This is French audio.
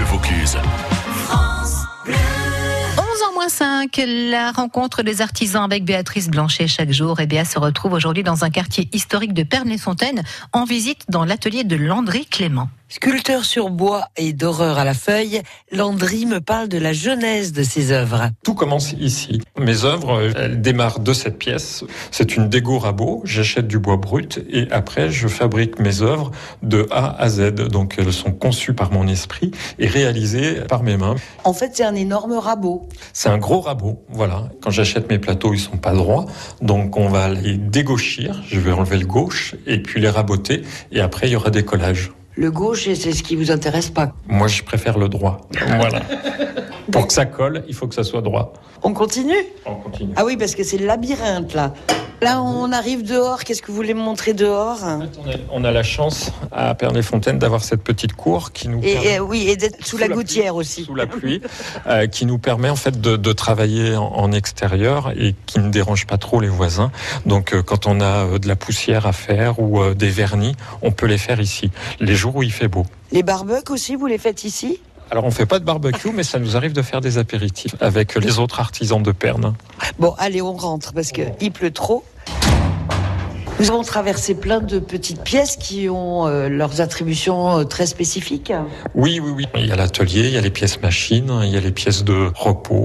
Vaucluse. 11h-5, la rencontre des artisans avec Béatrice Blanchet chaque jour. Et Béa se retrouve aujourd'hui dans un quartier historique de Pernes-les-Fontaines, en visite dans l'atelier de Landry Clément. Sculpteur sur bois et doreur à la feuille, Landry me parle de la genèse de ses œuvres. Tout commence ici. Mes œuvres, elles démarrent de cette pièce. C'est une dégo rabot. J'achète du bois brut et après, je fabrique mes œuvres de A à Z. Donc, elles sont conçues par mon esprit et réalisées par mes mains. En fait, c'est un énorme rabot. C'est un gros rabot, voilà. Quand j'achète mes plateaux, ils sont pas droits. Donc, on va les dégauchir. Je vais enlever le gauche et puis les raboter. Et après, il y aura des collages. Le gauche, c'est ce qui vous intéresse pas. Moi, je préfère le droit. Voilà. Pour que ça colle, il faut que ça soit droit. On continue ? On continue. Ah oui, parce que c'est le labyrinthe, là. Là, on arrive dehors. Qu'est-ce que vous voulez me montrer dehors ? On a la chance, à Pernes-les-Fontaines, d'avoir cette petite cour qui nous permet... Et d'être sous la gouttière aussi. Sous la pluie, qui nous permet en fait de travailler en extérieur et qui ne dérange pas trop les voisins. Donc, quand on a de la poussière à faire ou des vernis, on peut les faire ici, les jours où il fait beau. Les barbecues aussi, vous les faites ici ? Alors, on fait pas de barbecue, mais ça nous arrive de faire des apéritifs avec les autres artisans de Pernes. Bon, allez, on rentre, parce qu'il pleut trop. Nous avons traversé plein de petites pièces qui ont leurs attributions très spécifiques. Oui. Il y a l'atelier, il y a les pièces machines, il y a les pièces de repos.